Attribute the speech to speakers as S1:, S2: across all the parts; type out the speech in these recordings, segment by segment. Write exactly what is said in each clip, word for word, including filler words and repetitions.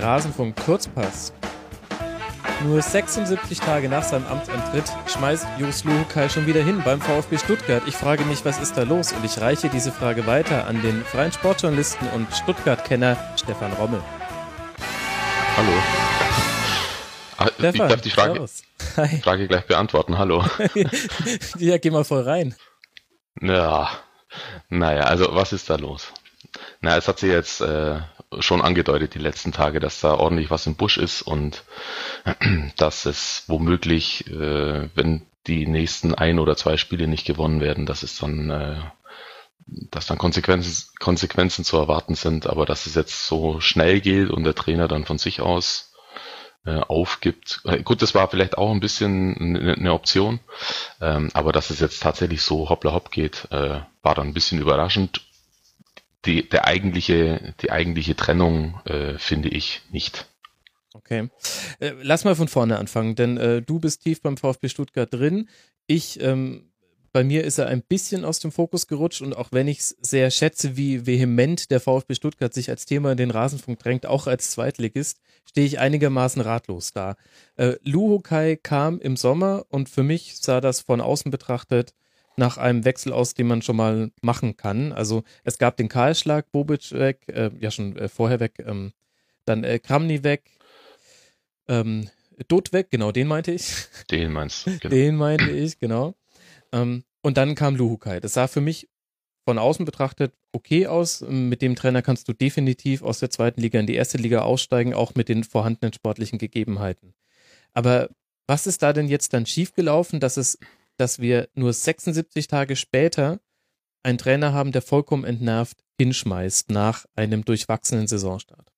S1: Rasenfunk-Kurzpass. Nur sechsundsiebzig Tage nach seinem Amtsantritt schmeißt Jos Luhukay schon wieder hin beim VfB Stuttgart. Ich frage mich, was ist da los? Und ich reiche diese Frage weiter an den freien Sportjournalisten und Stuttgart-Kenner Stefan Rommel.
S2: Hallo. Ach, ich darf die Frage, Frage gleich beantworten. Hallo.
S1: Ja, geh mal voll rein.
S2: Ja, naja, also was ist da los? Na, es hat sich jetzt äh, schon angedeutet die letzten Tage, dass da ordentlich was im Busch ist und dass es womöglich, äh, wenn die nächsten ein oder zwei Spiele nicht gewonnen werden, dass es dann, äh, dass dann Konsequenzen, Konsequenzen zu erwarten sind, aber dass es jetzt so schnell geht und der Trainer dann von sich aus äh, aufgibt. Äh, gut, das war vielleicht auch ein bisschen eine, eine Option, ähm, aber dass es jetzt tatsächlich so hoppla hopp geht, äh, war dann ein bisschen überraschend. Die, der eigentliche, die eigentliche Trennung äh, finde ich nicht.
S1: Okay. Äh, lass mal von vorne anfangen, denn äh, du bist tief beim VfB Stuttgart drin. Ich, ähm, bei mir ist er ein bisschen aus dem Fokus gerutscht und auch wenn ich es sehr schätze, wie vehement der VfB Stuttgart sich als Thema in den Rasenfunk drängt, auch als Zweitligist, stehe ich einigermaßen ratlos da. Äh, Luhukay kam im Sommer und für mich sah das von außen betrachtet nach einem Wechsel aus, den man schon mal machen kann. Also es gab den Kahlschlag, Bobic weg, äh, ja schon äh, vorher weg, ähm, dann äh, Kramny weg, ähm, Dutt weg, genau, den meinte ich.
S2: Den meinst du,
S1: genau. Den meinte ich, genau. Ähm, und dann kam Luhukay. Das sah für mich von außen betrachtet okay aus. Mit dem Trainer kannst du definitiv aus der zweiten Liga in die erste Liga aussteigen, auch mit den vorhandenen sportlichen Gegebenheiten. Aber was ist da denn jetzt dann schiefgelaufen, dass es dass wir nur sechsundsiebzig Tage später einen Trainer haben, der vollkommen entnervt hinschmeißt nach einem durchwachsenen Saisonstart?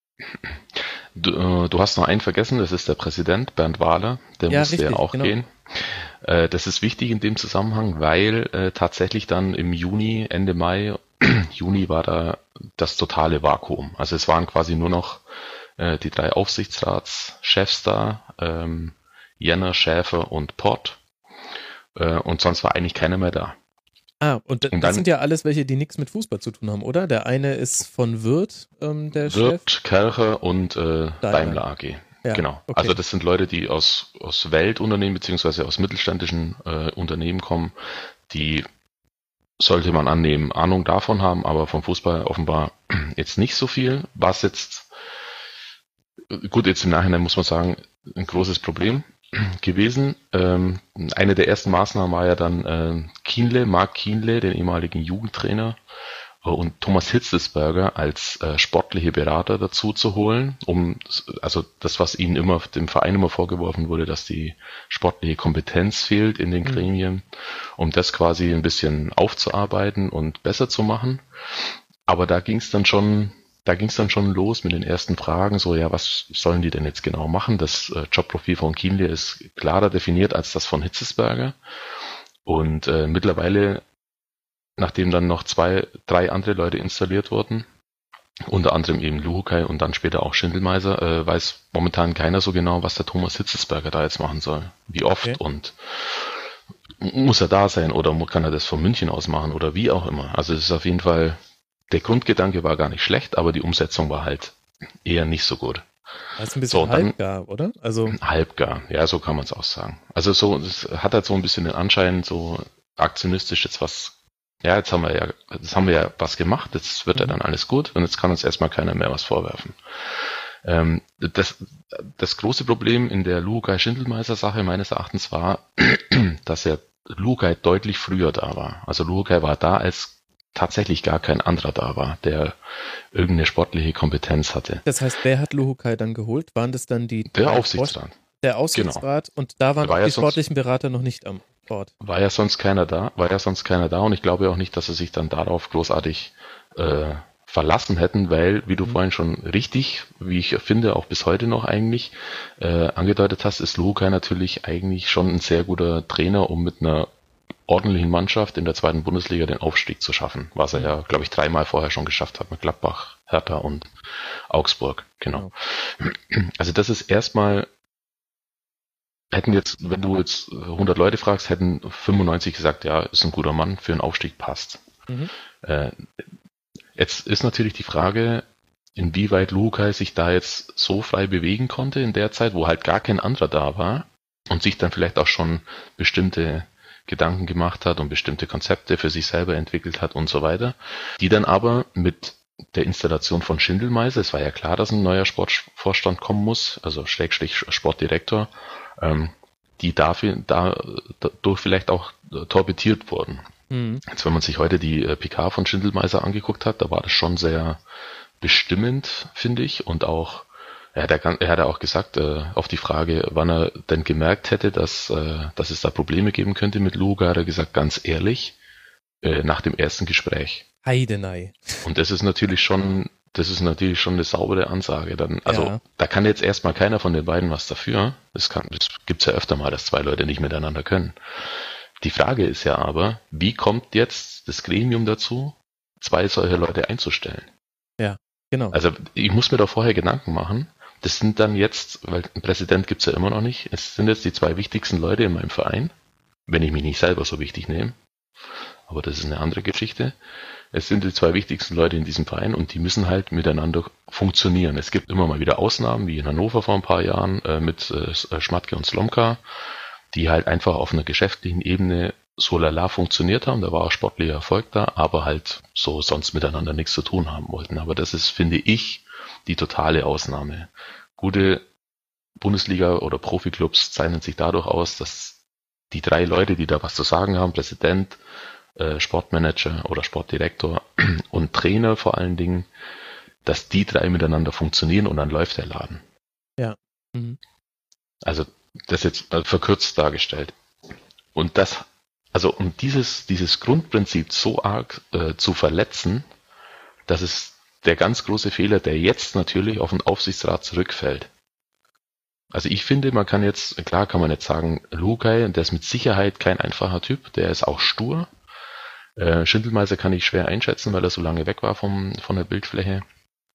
S2: Du, äh, du hast noch einen vergessen, das ist der Präsident, Bernd Wahler, der
S1: ja,
S2: musste
S1: richtig,
S2: ja auch
S1: genau.
S2: gehen. Äh, das ist wichtig in dem Zusammenhang, weil äh, tatsächlich dann im Juni, Ende Mai, Juni war da das totale Vakuum. Also es waren quasi nur noch äh, die drei Aufsichtsratschefs da, ähm, Jenner, Schäfer und Pott. Und sonst war eigentlich keiner mehr da.
S1: Ah, und, und das dann, sind ja alles welche, die nichts mit Fußball zu tun haben, oder? Der eine ist von Wirth, ähm, der
S2: Wirth,
S1: Chef.
S2: Kercher und äh, Daimler. Daimler A G. Ja, genau. Okay. Also das sind Leute, die aus, aus Weltunternehmen beziehungsweise aus mittelständischen äh, Unternehmen kommen, die, sollte man annehmen, Ahnung davon haben, aber vom Fußball offenbar jetzt nicht so viel. Was jetzt, gut, jetzt im Nachhinein muss man sagen, ein großes Problem gewesen. Ähm, eine der ersten Maßnahmen war ja dann äh, Kienle, Marc Kienle, den ehemaligen Jugendtrainer, äh, und Thomas Hitzelsberger als äh, sportliche Berater dazu zu holen, um also das, was ihnen immer dem Verein immer vorgeworfen wurde, dass die sportliche Kompetenz fehlt in den Gremien, um das quasi ein bisschen aufzuarbeiten und besser zu machen. Aber da ging es dann schon Da ging es dann schon los mit den ersten Fragen, so ja, was sollen die denn jetzt genau machen? Das äh, Jobprofil von Kienle ist klarer definiert als das von Hitzelsberger. Und äh, mittlerweile, nachdem dann noch zwei, drei andere Leute installiert wurden, unter anderem eben Luhukay und dann später auch Schindelmeiser, äh, weiß momentan keiner so genau, was der Thomas Hitzelsberger da jetzt machen soll. Wie oft okay. Und muss er da sein oder kann er das von München aus machen oder wie auch immer. Also es ist auf jeden Fall... Der Grundgedanke war gar nicht schlecht, aber die Umsetzung war halt eher nicht so gut.
S1: Das ist ein bisschen so, halbgar, oder? Also
S2: halbgar, ja, so kann man es auch sagen. Also so, es hat halt so ein bisschen den Anschein, so aktionistisch jetzt was, ja, jetzt haben wir ja, jetzt haben wir ja was gemacht, jetzt wird mhm. ja dann alles gut und jetzt kann uns erstmal keiner mehr was vorwerfen. Ähm, das, das große Problem in der Luhukay-Schindelmeiser-Sache meines Erachtens war, dass ja Luhukay deutlich früher da war. Also Luhukay war da, als tatsächlich gar kein anderer da war, der irgendeine sportliche Kompetenz hatte.
S1: Das heißt, wer hat Luhukay dann geholt? Waren das dann die...
S2: Der Aufsichtsrat.
S1: Der Aufsichtsrat genau. Und da waren
S2: war
S1: die
S2: ja
S1: sportlichen
S2: sonst,
S1: Berater noch nicht am Bord.
S2: War ja sonst keiner da, war ja sonst keiner da und ich glaube auch nicht, dass sie sich dann darauf großartig äh, verlassen hätten, weil, wie du mhm. vorhin schon richtig, wie ich finde, auch bis heute noch eigentlich äh, angedeutet hast, ist Luhukay natürlich eigentlich schon ein sehr guter Trainer, um mit einer ordentlichen Mannschaft in der zweiten Bundesliga den Aufstieg zu schaffen, was er ja, glaube ich, dreimal vorher schon geschafft hat mit Gladbach, Hertha und Augsburg. Genau. genau. Also das ist erstmal, hätten jetzt, wenn du jetzt hundert Leute fragst, hätten fünfundneunzig gesagt, ja, ist ein guter Mann, für einen Aufstieg passt. Mhm. Äh, jetzt ist natürlich die Frage, inwieweit Lukai sich da jetzt so frei bewegen konnte in der Zeit, wo halt gar kein anderer da war und sich dann vielleicht auch schon bestimmte Gedanken gemacht hat und bestimmte Konzepte für sich selber entwickelt hat und so weiter, die dann aber mit der Installation von Schindelmeiser, es war ja klar, dass ein neuer Sportvorstand kommen muss, also Schrägstrich Sportdirektor, ähm, die dafür, da, dadurch vielleicht auch torpediert wurden. Mhm. Jetzt, wenn man sich heute die P K von Schindelmeiser angeguckt hat, da war das schon sehr bestimmend, finde ich, und auch, er hat, er hat auch gesagt, äh, auf die Frage, wann er denn gemerkt hätte, dass, äh, dass es da Probleme geben könnte mit Luga, hat er gesagt, ganz ehrlich, äh, nach dem ersten Gespräch.
S1: Heidenei.
S2: Und das ist natürlich schon, das ist natürlich schon eine saubere Ansage. Dann, also ja. Da kann jetzt erstmal keiner von den beiden was dafür. Das, kann, das gibt's ja öfter mal, dass zwei Leute nicht miteinander können. Die Frage ist ja aber, wie kommt jetzt das Gremium dazu, zwei solche Leute einzustellen?
S1: Ja, genau.
S2: Also ich muss mir da vorher Gedanken machen. Das sind dann jetzt, weil einen Präsident gibt's ja immer noch nicht, es sind jetzt die zwei wichtigsten Leute in meinem Verein, wenn ich mich nicht selber so wichtig nehme. Aber das ist eine andere Geschichte. Es sind die zwei wichtigsten Leute in diesem Verein und die müssen halt miteinander funktionieren. Es gibt immer mal wieder Ausnahmen, wie in Hannover vor ein paar Jahren äh, mit äh, Schmatke und Slomka, die halt einfach auf einer geschäftlichen Ebene so lala funktioniert haben. Da war auch sportlicher Erfolg da, aber halt so sonst miteinander nichts zu tun haben wollten. Aber das ist, finde ich, die totale Ausnahme. Gute Bundesliga- oder Profiklubs zeichnen sich dadurch aus, dass die drei Leute, die da was zu sagen haben, Präsident, äh, Sportmanager oder Sportdirektor und Trainer vor allen Dingen, dass die drei miteinander funktionieren und dann läuft der Laden.
S1: Ja. Mhm.
S2: Also das jetzt äh, verkürzt dargestellt. Und das, also um dieses, dieses Grundprinzip so arg äh, zu verletzen, das ist der ganz große Fehler, der jetzt natürlich auf den Aufsichtsrat zurückfällt. Also ich finde, man kann jetzt, klar kann man jetzt sagen, Lukai, der ist mit Sicherheit kein einfacher Typ, der ist auch stur. Äh, Schindelmeiser kann ich schwer einschätzen, weil er so lange weg war vom, von der Bildfläche.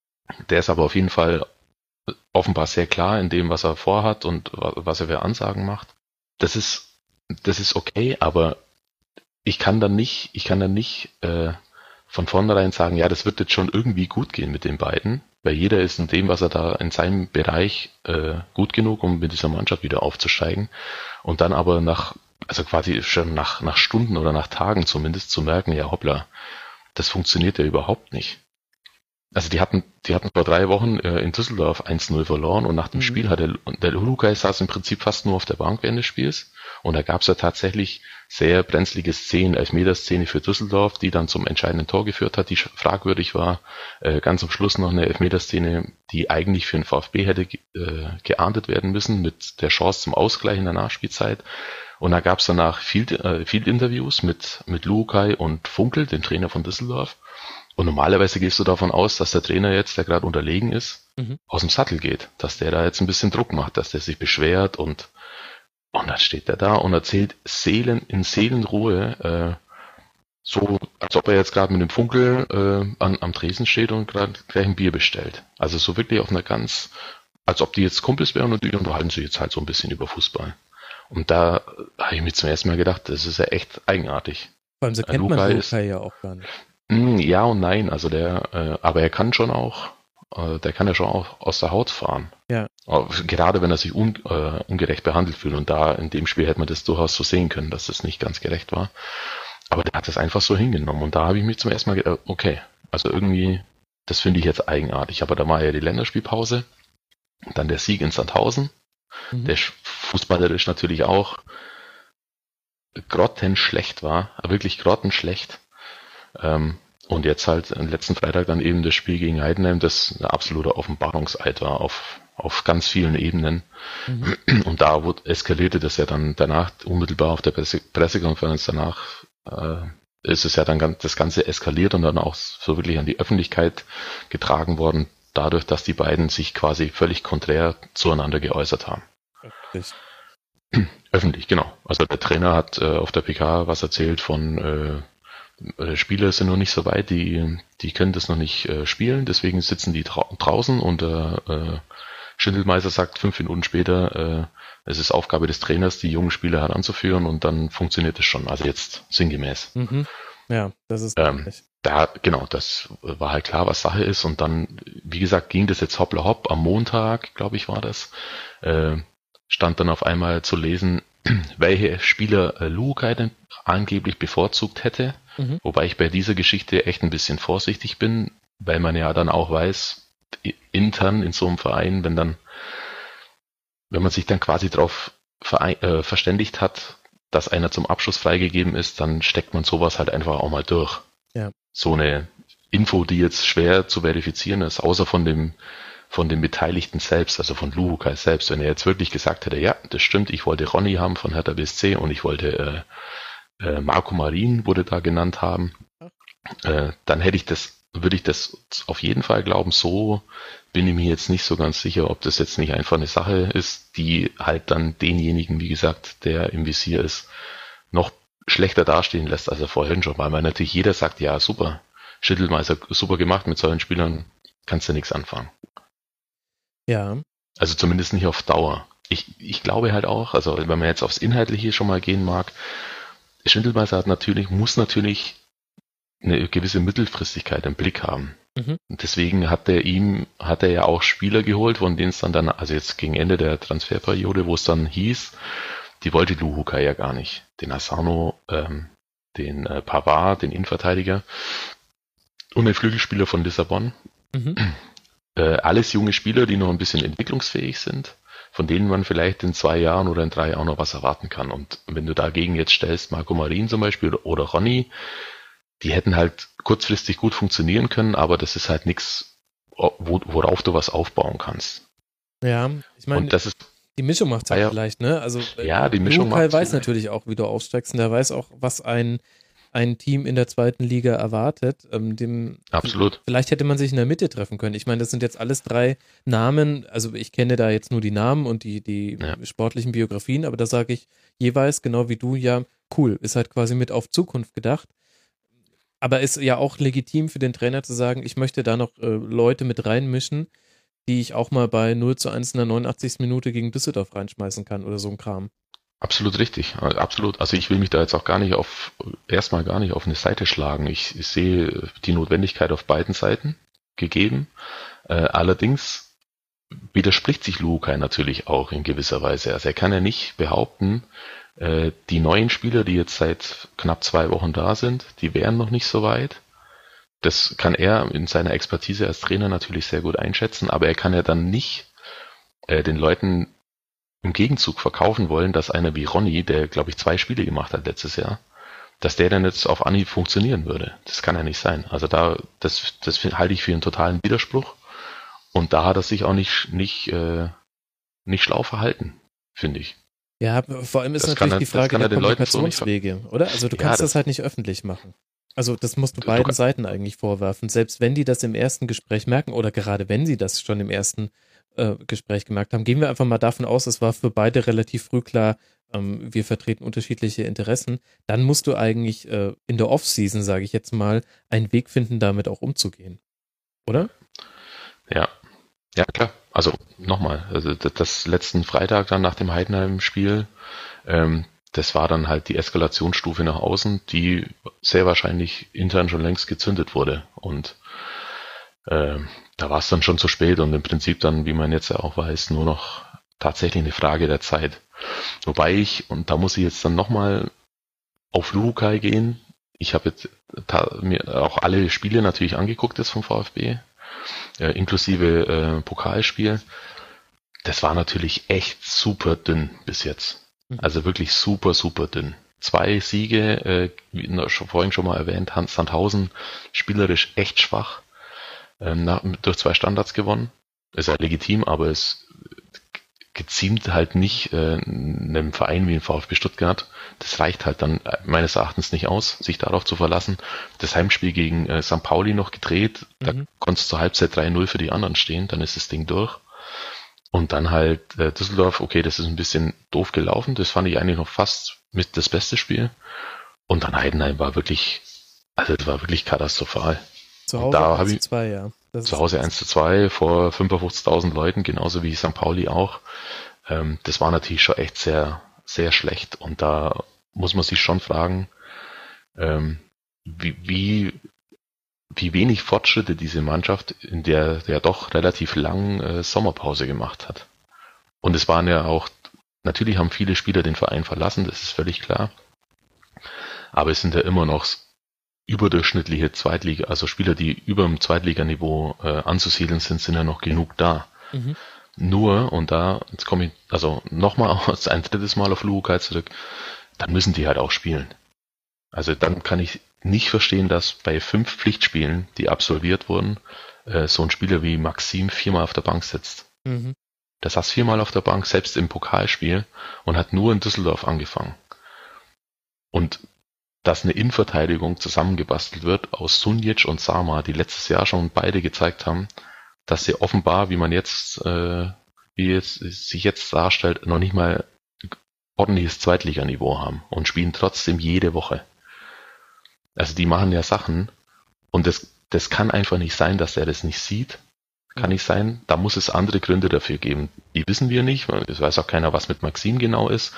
S2: Der ist aber auf jeden Fall offenbar sehr klar in dem, was er vorhat und was er für Ansagen macht. Das ist, das ist okay, aber ich kann dann nicht, ich kann dann nicht äh, von vornherein sagen, ja, das wird jetzt schon irgendwie gut gehen mit den beiden, weil jeder ist in dem, was er da in seinem Bereich äh, gut genug, um mit dieser Mannschaft wieder aufzusteigen und dann aber nach, also quasi schon nach, nach Stunden oder nach Tagen zumindest zu merken, ja hoppla, das funktioniert ja überhaupt nicht. Also die hatten, die hatten vor drei Wochen äh, in Düsseldorf eins null verloren und nach dem mhm. Spiel hat der, der Lukai saß im Prinzip fast nur auf der Bank während des Spiels und da gab es ja tatsächlich sehr brenzlige Szenen, Elfmeterszene für Düsseldorf, die dann zum entscheidenden Tor geführt hat, die fragwürdig war. Äh, ganz am Schluss noch eine Elfmeterszene, die eigentlich für den VfB hätte äh, geahndet werden müssen mit der Chance zum Ausgleich in der Nachspielzeit. Und da gab es danach Field, äh, Field Interviews mit, mit Lukai und Funkel, dem Trainer von Düsseldorf. Und normalerweise gehst du davon aus, dass der Trainer jetzt, der gerade unterlegen ist, mhm. aus dem Sattel geht, dass der da jetzt ein bisschen Druck macht, dass der sich beschwert und und dann steht der da und erzählt Seelen in Seelenruhe, äh, so als ob er jetzt gerade mit dem Funkel äh, an, am Tresen steht und gerade gleich ein Bier bestellt. Also so wirklich auf einer ganz, als ob die jetzt Kumpels wären und die unterhalten sich jetzt halt so ein bisschen über Fußball. Und da habe ich mir zum ersten Mal gedacht, das ist ja echt eigenartig.
S1: Vor allem so kennt man Lukai ja auch gar nicht.
S2: Ja und nein, also der, äh, aber er kann schon auch, äh, der kann ja schon auch aus der Haut fahren.
S1: Ja.
S2: Gerade wenn er sich un, äh, ungerecht behandelt fühlt und da in dem Spiel hätte man das durchaus so sehen können, dass das nicht ganz gerecht war. Aber der hat das einfach so hingenommen und da habe ich mich zum ersten Mal gedacht, okay, also irgendwie, das finde ich jetzt eigenartig. Aber da war ja die Länderspielpause, dann der Sieg in Sandhausen, mhm. der fußballerisch natürlich auch grottenschlecht war, wirklich grottenschlecht. Ähm, und jetzt halt am letzten Freitag dann eben das Spiel gegen Heidenheim, das ein absoluter Offenbarungseid war auf, auf ganz vielen Ebenen. Mhm. Und da wurde, eskalierte das ja dann danach, unmittelbar auf der Presse, Pressekonferenz danach, äh, ist es ja dann ganz, das Ganze eskaliert und dann auch so wirklich an die Öffentlichkeit getragen worden, dadurch, dass die beiden sich quasi völlig konträr zueinander geäußert haben. Öffentlich. Öffentlich, genau. Also der Trainer hat äh, auf der P K was erzählt von äh, Spieler sind noch nicht so weit, die die können das noch nicht äh, spielen, deswegen sitzen die trau- draußen und äh, Schindelmeiser sagt fünf Minuten später, äh, es ist Aufgabe des Trainers, die jungen Spieler heranzuführen und dann funktioniert es schon, also jetzt sinngemäß.
S1: Mhm. Ja, das ist
S2: ähm, da, genau, das war halt klar, was Sache ist. Und dann, wie gesagt, ging das jetzt hoppla hopp. Am Montag, glaube ich, war das, äh, stand dann auf einmal zu lesen, welche Spieler äh, Luhukai denn angeblich bevorzugt hätte. Mhm. Wobei ich bei dieser Geschichte echt ein bisschen vorsichtig bin, weil man ja dann auch weiß, intern in so einem Verein, wenn dann, wenn man sich dann quasi darauf äh, verständigt hat, dass einer zum Abschluss freigegeben ist, dann steckt man sowas halt einfach auch mal durch.
S1: Ja.
S2: So eine Info, die jetzt schwer zu verifizieren ist, außer von dem von den Beteiligten selbst, also von Luhukai selbst. Wenn er jetzt wirklich gesagt hätte, ja, das stimmt, ich wollte Ronny haben von Hertha B S C und ich wollte äh, äh, Marco Marin wurde da genannt haben, äh, dann hätte ich das, würde ich das auf jeden Fall glauben. So bin ich mir jetzt nicht so ganz sicher, ob das jetzt nicht einfach eine Sache ist, die halt dann denjenigen, wie gesagt, der im Visier ist, noch schlechter dastehen lässt, als er vorhin schon, weil man natürlich jeder sagt, ja, super, Schittelmeister, super gemacht, mit solchen Spielern kannst du nichts anfangen.
S1: Ja.
S2: Also zumindest nicht auf Dauer. Ich, ich glaube halt auch, also wenn man jetzt aufs Inhaltliche schon mal gehen mag, Schwindelmeister hat natürlich, muss natürlich eine gewisse Mittelfristigkeit im Blick haben. Mhm. Und deswegen hat er ihm, hat er ja auch Spieler geholt, von denen es dann dann, also jetzt gegen Ende der Transferperiode, wo es dann hieß, die wollte Luhukai ja gar nicht. Den Asano, ähm, den äh, Pavard, den Innenverteidiger und den Flügelspieler von Lissabon. Mhm. Äh, alles junge Spieler, die noch ein bisschen entwicklungsfähig sind, von denen man vielleicht in zwei Jahren oder in drei Jahren noch was erwarten kann. Und wenn du dagegen jetzt stellst, Marco Marin zum Beispiel oder, oder Ronny, die hätten halt kurzfristig gut funktionieren können, aber das ist halt nichts, wo, worauf du was aufbauen kannst.
S1: Ja, ich meine, die Mischung macht es halt ja vielleicht, ne? Also
S2: ja, die Mischung
S1: Luhukai weiß natürlich auch, wie du aufsteigst, und der weiß auch, was ein ein Team in der zweiten Liga erwartet. Ähm, dem,
S2: Absolut.
S1: Vielleicht hätte man sich in der Mitte treffen können. Ich meine, das sind jetzt alles drei Namen, also ich kenne da jetzt nur die Namen und die, die ja. sportlichen Biografien, aber da sage ich jeweils, genau wie du, ja, cool, ist halt quasi mit auf Zukunft gedacht. Aber ist ja auch legitim für den Trainer zu sagen, ich möchte da noch äh, Leute mit reinmischen, die ich auch mal bei null zu eins in der neunundachtzigsten Minute gegen Düsseldorf reinschmeißen kann oder so ein Kram.
S2: Absolut richtig, absolut. Also ich will mich da jetzt auch gar nicht auf, erstmal gar nicht auf eine Seite schlagen. Ich, ich sehe die Notwendigkeit auf beiden Seiten gegeben. Äh, allerdings widerspricht sich Luhukai natürlich auch in gewisser Weise. Also er kann ja nicht behaupten, äh, die neuen Spieler, die jetzt seit knapp zwei Wochen da sind, die wären noch nicht so weit. Das kann er in seiner Expertise als Trainer natürlich sehr gut einschätzen, aber er kann ja dann nicht äh, den Leuten im Gegenzug verkaufen wollen, dass einer wie Ronny, der, glaube ich, zwei Spiele gemacht hat letztes Jahr, dass der dann jetzt auf Anhieb funktionieren würde. Das kann ja nicht sein. Also da, das, das halte ich für einen totalen Widerspruch. Und da hat er sich auch nicht, nicht, äh, nicht schlau verhalten, finde ich.
S1: Ja, vor allem ist das natürlich er, die Frage der Kommunikationswege, so oder? Also du kannst ja, das, das halt nicht öffentlich machen. Also das musst du beiden du, Seiten eigentlich vorwerfen. Selbst wenn die das im ersten Gespräch merken oder gerade wenn sie das schon im ersten Gespräch gemerkt haben. Gehen wir einfach mal davon aus, es war für beide relativ früh klar, ähm, wir vertreten unterschiedliche Interessen. Dann musst du eigentlich äh, in der Off-Season, sage ich jetzt mal, einen Weg finden, damit auch umzugehen. Oder?
S2: Ja, ja klar. Also nochmal, also das, das letzten Freitag dann nach dem Heidenheim-Spiel, ähm, das war dann halt die Eskalationsstufe nach außen, die sehr wahrscheinlich intern schon längst gezündet wurde. Und äh, da war es dann schon zu spät und im Prinzip dann, wie man jetzt ja auch weiß, nur noch tatsächlich eine Frage der Zeit. Wobei ich, und da muss ich jetzt dann nochmal auf Luhukai gehen, ich habe jetzt mir auch alle Spiele natürlich angeguckt jetzt vom VfB, äh, inklusive äh, Pokalspiel. Das war natürlich echt super dünn bis jetzt. Also wirklich super, super dünn. Zwei Siege, äh, wie schon, vorhin schon mal erwähnt, Hans Sandhausen, spielerisch echt schwach. Nach, durch zwei Standards gewonnen. Ist ja legitim, aber es geziemt halt nicht äh, einem Verein wie dem VfB Stuttgart. Das reicht halt dann meines Erachtens nicht aus, sich darauf zu verlassen. Das Heimspiel gegen äh, Sankt Pauli noch gedreht, mhm. da konntest du zur Halbzeit drei null für die anderen stehen, dann ist das Ding durch. Und dann halt äh, Düsseldorf, okay, das ist ein bisschen doof gelaufen, das fand ich eigentlich noch fast mit das beste Spiel. Und dann Heidenheim war wirklich, also das war wirklich katastrophal.
S1: Zu Hause eins zu zwei, ja.
S2: Das zu Hause eins zu zwei vor fünfundfünfzigtausend Leuten, genauso wie Sankt Pauli auch. Ähm, das war natürlich schon echt sehr, sehr schlecht. Und da muss man sich schon fragen, ähm, wie, wie wie wenig Fortschritte diese Mannschaft in der, der doch relativ langen äh, Sommerpause gemacht hat. Und es waren ja auch, natürlich haben viele Spieler den Verein verlassen, das ist völlig klar. Aber es sind ja immer noch überdurchschnittliche Zweitliga, also Spieler, die über dem Zweitliganiveau äh, anzusiedeln sind, sind ja noch genug da. Mhm. Nur, und da, jetzt komme ich, also nochmal ein drittes Mal auf Luhukai zurück, dann müssen die halt auch spielen. Also dann kann ich nicht verstehen, dass bei fünf Pflichtspielen, die absolviert wurden, äh, so ein Spieler wie Maxim viermal auf der Bank sitzt. Mhm. Der saß viermal auf der Bank, selbst im Pokalspiel, und hat nur in Düsseldorf angefangen. Und dass eine Innenverteidigung zusammengebastelt wird aus Sunjic und Sama, die letztes Jahr schon beide gezeigt haben, dass sie offenbar, wie man jetzt, äh, wie es sich jetzt darstellt, noch nicht mal ordentliches Zweitliganiveau haben und spielen trotzdem jede Woche. Also die machen ja Sachen und das, das kann einfach nicht sein, dass er das nicht sieht. Kann nicht sein. Da muss es andere Gründe dafür geben. Die wissen wir nicht. Es weiß auch keiner, was mit Maxim genau ist.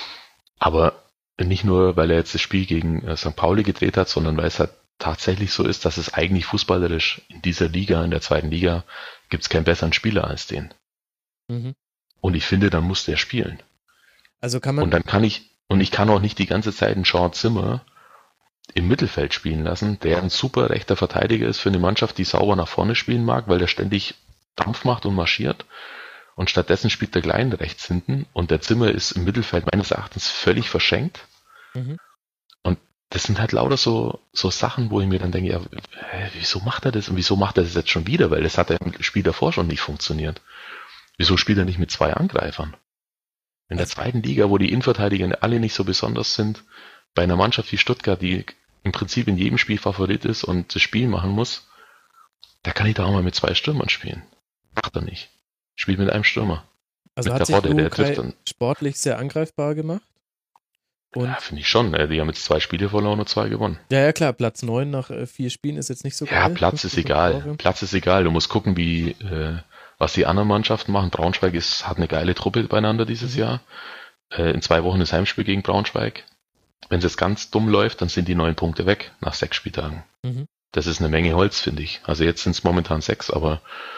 S2: Aber nicht nur, weil er jetzt das Spiel gegen Sankt Pauli gedreht hat, sondern weil es halt tatsächlich so ist, dass es eigentlich fußballerisch in dieser Liga, in der zweiten Liga, gibt es keinen besseren Spieler als den. Mhm. Und ich finde, dann muss der spielen.
S1: Also kann man.
S2: Und dann kann ich, und ich kann auch nicht die ganze Zeit einen Sean Zimmer im Mittelfeld spielen lassen, der ein super rechter Verteidiger ist für eine Mannschaft, die sauber nach vorne spielen mag, weil der ständig Dampf macht und marschiert. Und stattdessen spielt der Klein rechts hinten und der Zimmer ist im Mittelfeld meines Erachtens völlig verschenkt. Mhm. Und das sind halt lauter so, so Sachen, wo ich mir dann denke, ja, hä, wieso macht er das und wieso macht er das jetzt schon wieder? Weil das hat ja im Spiel davor schon nicht funktioniert. Wieso spielt er nicht mit zwei Angreifern? In der zweiten Liga, wo die Innenverteidiger alle nicht so besonders sind, bei einer Mannschaft wie Stuttgart, die im Prinzip in jedem Spiel Favorit ist und das Spiel machen muss, da kann ich da auch mal mit zwei Stürmern spielen. Macht er nicht. Spielt mit einem Stürmer.
S1: Also
S2: mit
S1: hat sich Luhukai sportlich sehr angreifbar gemacht?
S2: Und ja, finde ich schon. Die haben jetzt zwei Spiele verloren und zwei gewonnen.
S1: Ja, ja, klar. Platz neun nach äh, vier Spielen ist jetzt nicht so geil.
S2: Ja, Platz ist egal. Tore. Platz ist egal. Du musst gucken, wie äh, was die anderen Mannschaften machen. Braunschweig ist, hat eine geile Truppe beieinander dieses mhm. Jahr. Äh, in zwei Wochen das Heimspiel gegen Braunschweig. Wenn es jetzt ganz dumm läuft, dann sind die neun Punkte weg nach sechs Spieltagen. Mhm. Das ist eine Menge Holz, finde ich. Also jetzt sind es momentan sechs, aber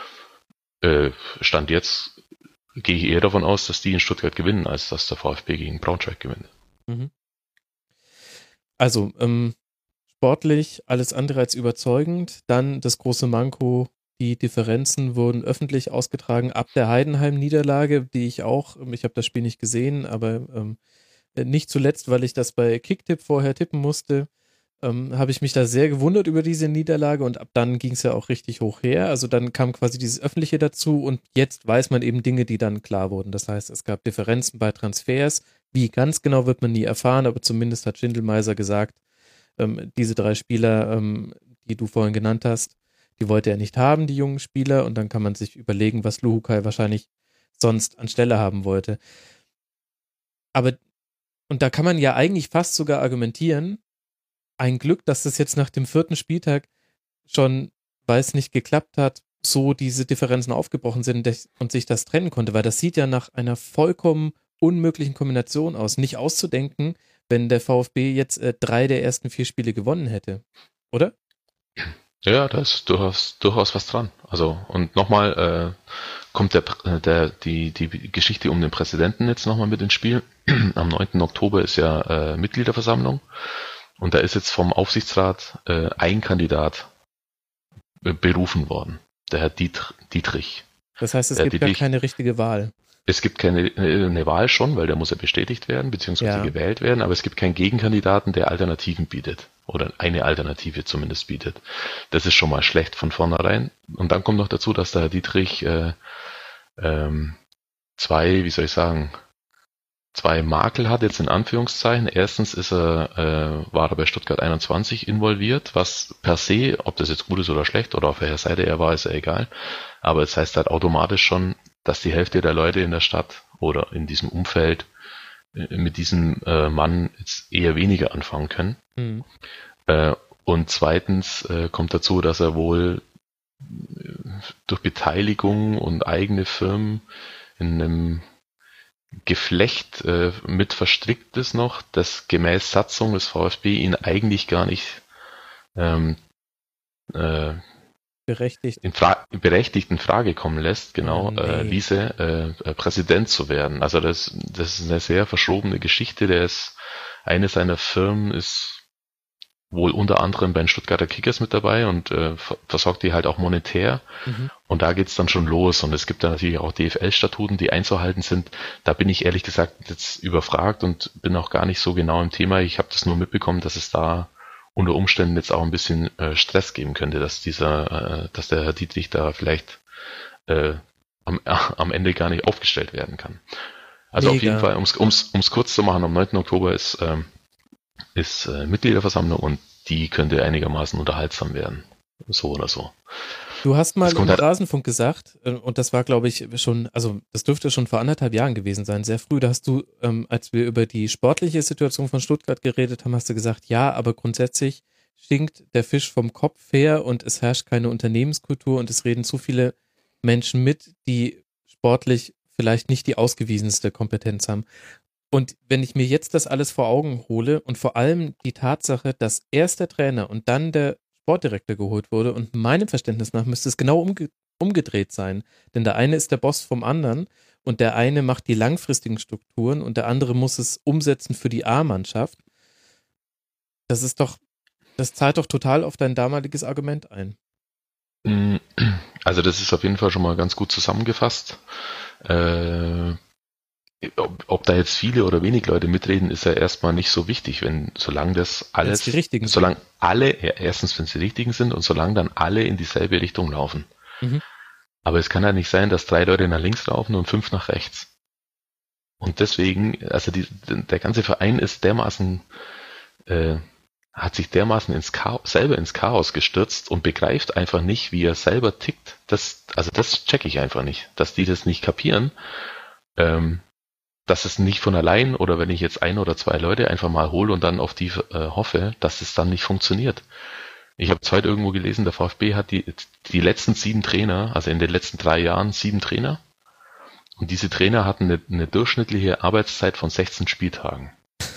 S2: äh, Stand jetzt gehe ich eher davon aus, dass die in Stuttgart gewinnen, als dass der VfB gegen Braunschweig gewinnt. Mhm.
S1: Also, ähm, sportlich alles andere als überzeugend. Dann das große Manko, die Differenzen wurden öffentlich ausgetragen ab der Heidenheim-Niederlage, die ich auch, ich habe das Spiel nicht gesehen, aber ähm, nicht zuletzt, weil ich das bei Kicktipp vorher tippen musste, ähm, habe ich mich da sehr gewundert über diese Niederlage und ab dann ging es ja auch richtig hoch her. Also dann kam quasi dieses Öffentliche dazu und jetzt weiß man eben Dinge, die dann klar wurden. Das heißt, es gab Differenzen bei Transfers. Wie ganz genau wird man nie erfahren, aber zumindest hat Schindelmeiser gesagt, ähm, diese drei Spieler, ähm, die du vorhin genannt hast, die wollte er nicht haben, die jungen Spieler, und dann kann man sich überlegen, was Luhukai wahrscheinlich sonst anstelle haben wollte. Aber, und da kann man ja eigentlich fast sogar argumentieren, ein Glück, dass das jetzt nach dem vierten Spieltag schon, weil es nicht geklappt hat, so diese Differenzen aufgebrochen sind und sich das trennen konnte, weil das sieht ja nach einer vollkommen unmöglichen Kombination aus. Nicht auszudenken, wenn der VfB jetzt äh, drei der ersten vier Spiele gewonnen hätte. Oder?
S2: Ja, da ist durchaus, durchaus was dran. Also, und nochmal äh, kommt der, der, die, die Geschichte um den Präsidenten jetzt nochmal mit ins Spiel. Am neunten Oktober ist ja äh, Mitgliederversammlung. Und da ist jetzt vom Aufsichtsrat äh, ein Kandidat äh, berufen worden, der Herr Diet- Dietrich.
S1: Das heißt, es der gibt Dietrich, gar keine richtige Wahl.
S2: Es gibt keine eine Wahl schon, weil der muss ja bestätigt werden, beziehungsweise ja. gewählt werden, aber es gibt keinen Gegenkandidaten, der Alternativen bietet. Oder eine Alternative zumindest bietet. Das ist schon mal schlecht von vornherein. Und dann kommt noch dazu, dass der Herr Dietrich äh, ähm, zwei, wie soll ich sagen, zwei Makel hat jetzt in Anführungszeichen. Erstens ist er, äh, war er bei Stuttgart einundzwanzig involviert, was per se, ob das jetzt gut ist oder schlecht oder auf welcher Seite er war, ist ja egal. Aber es heißt halt automatisch schon, dass die Hälfte der Leute in der Stadt oder in diesem Umfeld äh, mit diesem äh, Mann jetzt eher weniger anfangen können. Mhm. Äh, und zweitens äh, kommt dazu, dass er wohl äh, durch Beteiligung und eigene Firmen in einem Geflecht äh, mit verstrickt ist noch, das gemäß Satzung des VfB ihn eigentlich gar nicht ähm, äh,
S1: berechtigt.
S2: In, Fra- berechtigt in Frage kommen lässt, genau, oh, nee. äh, Wiese äh, Präsident zu werden. Also das, das ist eine sehr verschobene Geschichte. Der ist, eine seiner Firmen ist wohl unter anderem bei den Stuttgarter Kickers mit dabei und äh, versorgt die halt auch monetär. Mhm. Und da geht's dann schon los. Und es gibt da natürlich auch D F L-Statuten, die einzuhalten sind. Da bin ich ehrlich gesagt jetzt überfragt und bin auch gar nicht so genau im Thema. Ich habe das nur mitbekommen, dass es da unter Umständen jetzt auch ein bisschen äh, Stress geben könnte, dass dieser, äh, dass der Herr Dietrich da vielleicht äh, am, äh, am Ende gar nicht aufgestellt werden kann. Also Mega. Auf jeden Fall, ums ums ums kurz zu machen, am neunten Oktober ist ähm, ist äh, Mitgliederversammlung und die könnte einigermaßen unterhaltsam werden, so oder so.
S1: Du hast mal im halt Rasenfunk gesagt, und das war, glaube ich, schon, also das dürfte schon vor anderthalb Jahren gewesen sein, sehr früh, da hast du, ähm, als wir über die sportliche Situation von Stuttgart geredet haben, hast du gesagt, ja, aber grundsätzlich stinkt der Fisch vom Kopf her und es herrscht keine Unternehmenskultur und es reden zu viele Menschen mit, die sportlich vielleicht nicht die ausgewiesenste Kompetenz haben. Und wenn ich mir jetzt das alles vor Augen hole und vor allem die Tatsache, dass erst der Trainer und dann der Sportdirektor geholt wurde und meinem Verständnis nach müsste es genau umge- umgedreht sein, denn der eine ist der Boss vom anderen und der eine macht die langfristigen Strukturen und der andere muss es umsetzen für die A-Mannschaft. Das ist doch, das zahlt doch total auf dein damaliges Argument ein.
S2: Also das ist auf jeden Fall schon mal ganz gut zusammengefasst. Äh, ob, ob da jetzt viele oder wenig Leute mitreden, ist ja erstmal nicht so wichtig, wenn solange das alles,
S1: die richtigen
S2: solange sind. alle, ja, erstens, wenn sie die richtigen sind und solange dann alle in dieselbe Richtung laufen. Mhm. Aber es kann ja nicht sein, dass drei Leute nach links laufen und fünf nach rechts. Und deswegen, also die, der ganze Verein ist dermaßen, äh, hat sich dermaßen ins Chaos, selber ins Chaos gestürzt und begreift einfach nicht, wie er selber tickt. Das, also das check ich einfach nicht, dass die das nicht kapieren. Ähm, dass es nicht von allein oder wenn ich jetzt ein oder zwei Leute einfach mal hole und dann auf die äh, hoffe, dass es dann nicht funktioniert. Ich habe heute irgendwo gelesen, der VfB hat die, die letzten sieben Trainer, also in den letzten drei Jahren sieben Trainer und diese Trainer hatten eine, eine durchschnittliche Arbeitszeit von sechzehn Spieltagen.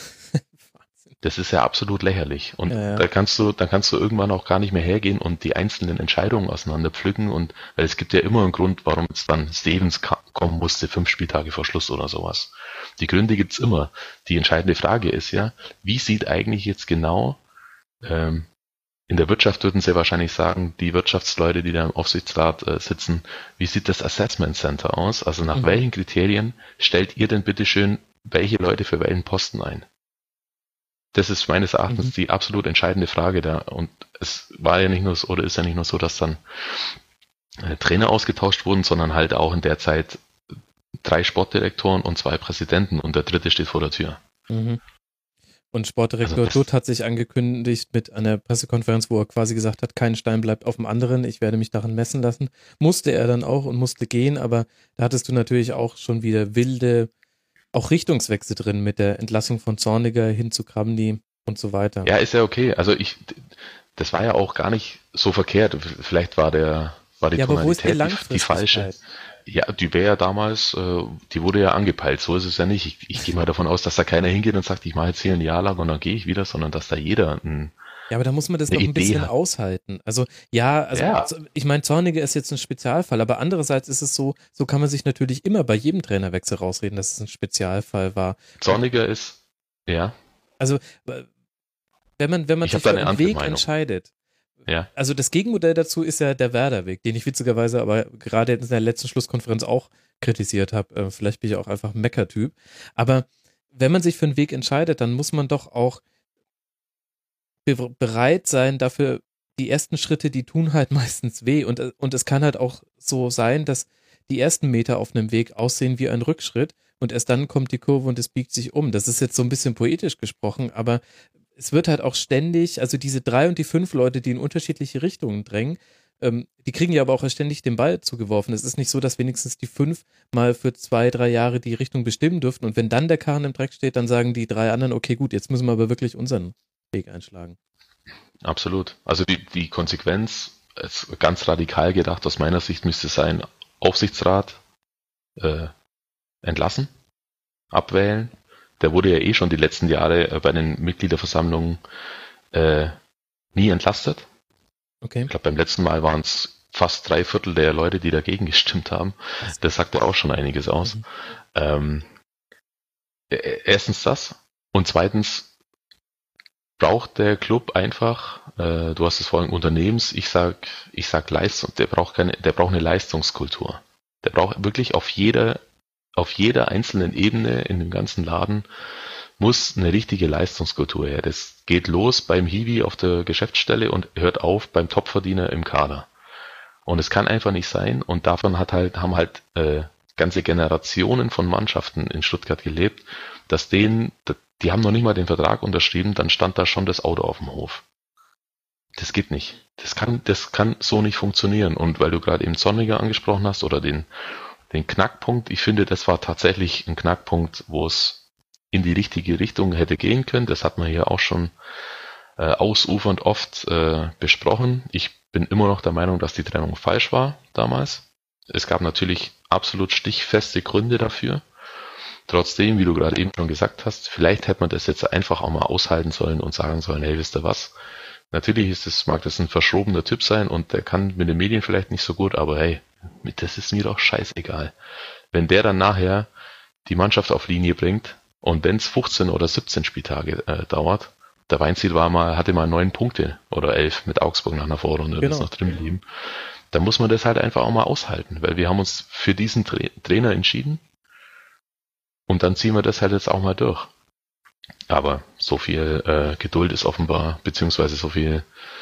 S2: Das ist ja absolut lächerlich und ja, ja. da kannst du, dann kannst du irgendwann auch gar nicht mehr hergehen und die einzelnen Entscheidungen auseinander pflücken und weil es gibt ja immer einen Grund, warum jetzt dann Stevens kommen musste, fünf Spieltage vor Schluss oder sowas. Die Gründe gibt's immer. Die entscheidende Frage ist ja, wie sieht eigentlich jetzt genau, ähm, in der Wirtschaft würden sie wahrscheinlich sagen, die Wirtschaftsleute, die da im Aufsichtsrat äh, sitzen, wie sieht das Assessment Center aus? Also nach mhm. welchen Kriterien stellt ihr denn bitteschön welche Leute für welchen Posten ein? Das ist meines Erachtens mhm. die absolut entscheidende Frage da. Und es war ja nicht nur so, oder ist ja nicht nur so, dass dann äh, Trainer ausgetauscht wurden, sondern halt auch in der Zeit drei Sportdirektoren und zwei Präsidenten und der dritte steht vor der Tür.
S1: Mhm. Und Sportdirektor also Dutt hat sich angekündigt mit einer Pressekonferenz, wo er quasi gesagt hat, kein Stein bleibt auf dem anderen, ich werde mich daran messen lassen. Musste er dann auch und musste gehen, aber da hattest du natürlich auch schon wieder wilde auch Richtungswechsel drin mit der Entlassung von Zorniger hin zu Kramny und so weiter.
S2: Ja, ist ja okay. Also ich, das war ja auch gar nicht so verkehrt. Vielleicht war der, war die
S1: ja,
S2: Tonalität
S1: aber wo ist die,
S2: die, die falsche. Ja, die wäre ja damals, die wurde ja angepeilt. So ist es ja nicht. Ich, ich gehe mal davon aus, dass da keiner hingeht und sagt, ich mache jetzt hier ein Jahr lang und dann gehe ich wieder, sondern dass da jeder ein
S1: Ja, aber da muss man das doch ein Idee bisschen hat. aushalten. Also ja, also ja. ich meine, Zorniger ist jetzt ein Spezialfall, aber andererseits ist es so, so kann man sich natürlich immer bei jedem Trainerwechsel rausreden, dass es ein Spezialfall war.
S2: Zorniger ist, ja.
S1: Also wenn man, wenn man
S2: ich
S1: sich für einen Weg Meinung. entscheidet,
S2: ja.
S1: Also das Gegenmodell dazu ist ja der Werder-Weg, den ich witzigerweise aber gerade in der letzten Schlusskonferenz auch kritisiert habe. Vielleicht bin ich auch einfach ein Mecker-Typ. Aber wenn man sich für einen Weg entscheidet, dann muss man doch auch bereit sein dafür, die ersten Schritte, die tun halt meistens weh und, und es kann halt auch so sein, dass die ersten Meter auf einem Weg aussehen wie ein Rückschritt und erst dann kommt die Kurve und es biegt sich um. Das ist jetzt so ein bisschen poetisch gesprochen, aber es wird halt auch ständig, also diese drei und die fünf Leute, die in unterschiedliche Richtungen drängen, ähm, die kriegen ja aber auch ständig den Ball zugeworfen. Es ist nicht so, dass wenigstens die fünf mal für zwei, drei Jahre die Richtung bestimmen dürften und wenn dann der Kahn im Dreck steht, dann sagen die drei anderen, okay gut, jetzt müssen wir aber wirklich unseren Weg einschlagen.
S2: Absolut. Also die, die Konsequenz, ist ganz radikal gedacht, aus meiner Sicht müsste sein, Aufsichtsrat äh, entlassen, abwählen. Der wurde ja eh schon die letzten Jahre bei den Mitgliederversammlungen äh, nie entlastet.
S1: Okay.
S2: Ich glaube, beim letzten Mal waren es fast drei Viertel der Leute, die dagegen gestimmt haben. Das sagt ja auch schon einiges aus. Mhm. Ähm, erstens das. Und zweitens braucht der Club einfach, äh, du hast es vorhin Unternehmens, ich sag, ich sag Leistung, der braucht keine, der braucht eine Leistungskultur. Der braucht wirklich auf jeder, auf jeder einzelnen Ebene in dem ganzen Laden muss eine richtige Leistungskultur her. Das geht los beim Hiwi auf der Geschäftsstelle und hört auf beim Topverdiener im Kader. Und es kann einfach nicht sein, und davon hat halt, haben halt äh, ganze Generationen von Mannschaften in Stuttgart gelebt, dass denen, die haben noch nicht mal den Vertrag unterschrieben, dann stand da schon das Auto auf dem Hof. Das geht nicht. Das kann, das kann so nicht funktionieren. Und weil du gerade eben Zorniger angesprochen hast oder den, den Knackpunkt, ich finde, das war tatsächlich ein Knackpunkt, wo es in die richtige Richtung hätte gehen können. Das hat man hier auch schon äh, ausufernd oft äh, besprochen. Ich bin immer noch der Meinung, dass die Trennung falsch war damals. Es gab natürlich absolut stichfeste Gründe dafür. Trotzdem, wie du gerade eben schon gesagt hast, vielleicht hätte man das jetzt einfach auch mal aushalten sollen und sagen sollen, hey, wisst ihr was? Natürlich ist es, mag das ein verschrobener Typ sein und der kann mit den Medien vielleicht nicht so gut, aber hey, das ist mir doch scheißegal. Wenn der dann nachher die Mannschaft auf Linie bringt und wenn es fünfzehn oder siebzehn Spieltage äh, dauert, der Weinziel war mal, hatte mal neun Punkte oder elf mit Augsburg nach einer Vorrunde, genau. Das noch drin blieben. Da muss man das halt einfach auch mal aushalten, weil wir haben uns für diesen Tra- Trainer entschieden und dann ziehen wir das halt jetzt auch mal durch. Aber so viel äh, Geduld ist offenbar, beziehungsweise so viel